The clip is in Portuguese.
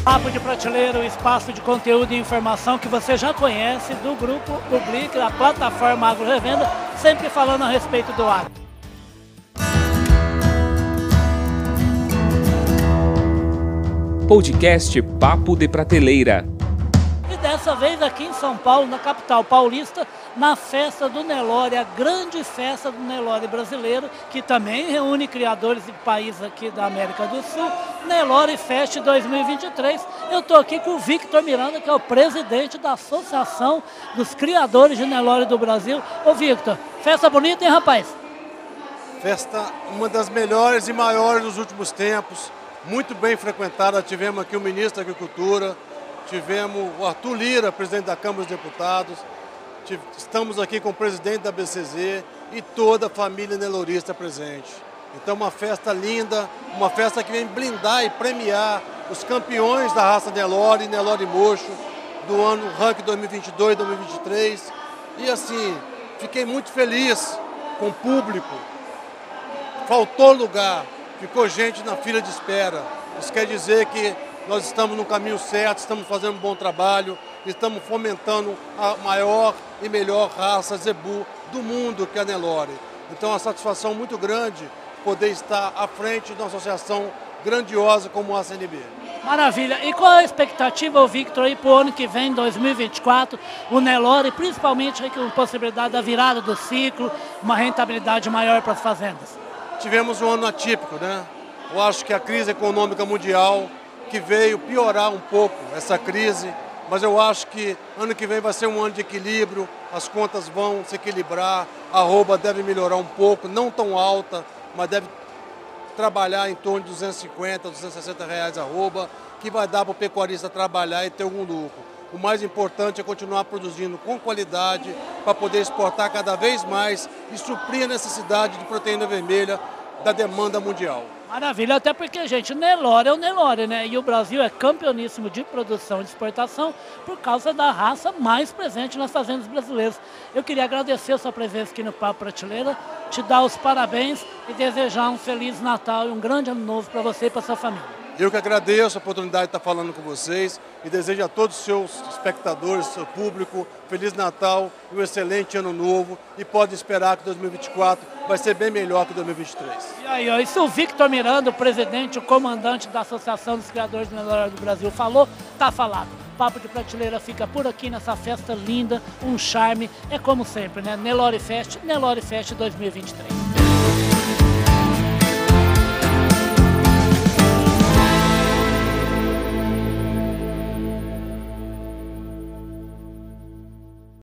Papo de Prateleira, o espaço de conteúdo e informação que você já conhece do grupo do Blick, da plataforma Agro Revenda, sempre falando a respeito do agro. Podcast Papo de Prateleira. E dessa vez aqui em São Paulo, na capital paulista, na festa do Nelore, a grande festa do Nelore brasileiro, que também reúne criadores de países aqui da América do Sul, Nelore Fest 2023. Eu estou aqui com o Victor Miranda, que é o presidente da Associação dos Criadores de Nelore do Brasil. Ô Victor, festa bonita, hein, rapaz? Festa uma das melhores e maiores dos últimos tempos, muito bem frequentada. Tivemos aqui o ministro da Agricultura, tivemos o Arthur Lira, presidente da Câmara dos Deputados, estamos aqui com o presidente da BCZ e toda a família nelorista presente. Então uma festa linda, uma festa que vem blindar e premiar os campeões da raça Nelore e Nelore Mocho do ano ranking 2022-2023. E assim, fiquei muito feliz com o público. Faltou lugar, ficou gente na fila de espera. Isso quer dizer que nós estamos no caminho certo, estamos fazendo um bom trabalho, estamos fomentando a maior e melhor raça zebu do mundo, que é a Nelore. Então é uma satisfação muito grande poder estar à frente de uma associação grandiosa como a ACNB. Maravilha. E qual é a expectativa, Victor, aí para o ano que vem, 2024, o Nelore, principalmente aí, com a possibilidade da virada do ciclo, uma rentabilidade maior para as fazendas? Tivemos um ano atípico, né? Eu acho que a crise econômica mundial que veio piorar um pouco essa crise, mas eu acho que ano que vem vai ser um ano de equilíbrio, as contas vão se equilibrar, a arroba deve melhorar um pouco, não tão alta, mas deve trabalhar em torno de 250, 260 reais a arroba, que vai dar para o pecuarista trabalhar e ter algum lucro. O mais importante é continuar produzindo com qualidade para poder exportar cada vez mais e suprir a necessidade de proteína vermelha da demanda mundial. Maravilha, até porque, gente, Nelore é o Nelore, né? E o Brasil é campeoníssimo de produção e de exportação por causa da raça mais presente nas fazendas brasileiras. Eu queria agradecer a sua presença aqui no Papo Prateleira, te dar os parabéns e desejar um Feliz Natal e um grande Ano Novo para você e para sua família. Eu que agradeço a oportunidade de estar falando com vocês e desejo a todos os seus espectadores, seu público, Feliz Natal e um excelente Ano Novo. E pode esperar que 2024 vai ser bem melhor que 2023. E aí, ó, isso o Victor Miranda, o presidente, o comandante da Associação dos Criadores de Nelore do Brasil, falou, tá falado. Papo de Prateleira fica por aqui nessa festa linda, um charme, é como sempre, né? Nelore Fest 2023.